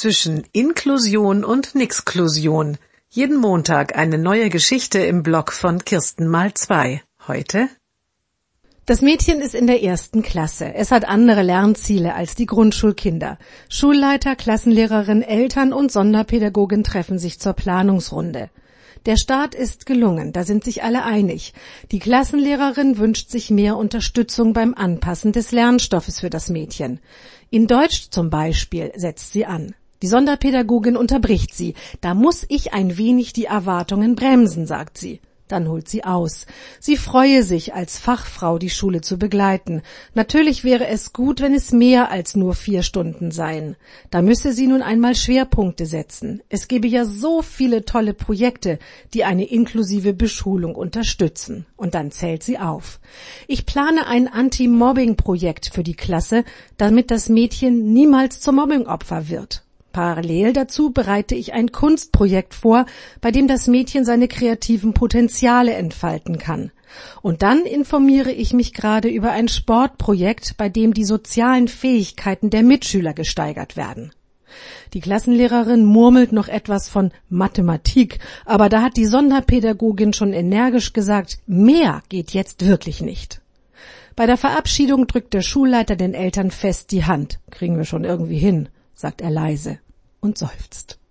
zwischen Inklusion und Nixklusion. Jeden Montag eine neue Geschichte im Blog von Kirsten mal 2. Heute: Das Mädchen ist in der 1. Klasse. Es hat andere Lernziele als die Grundschulkinder. Schulleiter, Klassenlehrerin, Eltern und Sonderpädagogin treffen sich zur Planungsrunde. Der Start ist gelungen, da sind sich alle einig. Die Klassenlehrerin wünscht sich mehr Unterstützung beim Anpassen des Lernstoffes für das Mädchen. In Deutsch zum Beispiel setzt sie an. Die Sonderpädagogin unterbricht sie. Da muss ich ein wenig die Erwartungen bremsen, sagt sie. Dann holt sie aus. Sie freue sich, als Fachfrau die Schule zu begleiten. Natürlich wäre es gut, wenn es mehr als nur 4 Stunden seien. Da müsse sie nun einmal Schwerpunkte setzen. Es gebe ja so viele tolle Projekte, die eine inklusive Beschulung unterstützen. Und dann zählt sie auf. Ich plane ein Anti-Mobbing-Projekt für die Klasse, damit das Mädchen niemals zum Mobbingopfer wird. Parallel dazu bereite ich ein Kunstprojekt vor, bei dem das Mädchen seine kreativen Potenziale entfalten kann. Und dann informiere ich mich gerade über ein Sportprojekt, bei dem die sozialen Fähigkeiten der Mitschüler gesteigert werden. Die Klassenlehrerin murmelt noch etwas von Mathematik, aber da hat die Sonderpädagogin schon energisch gesagt, mehr geht jetzt wirklich nicht. Bei der Verabschiedung drückt der Schulleiter den Eltern fest die Hand. Kriegen wir schon irgendwie hin, sagt er leise und seufzt.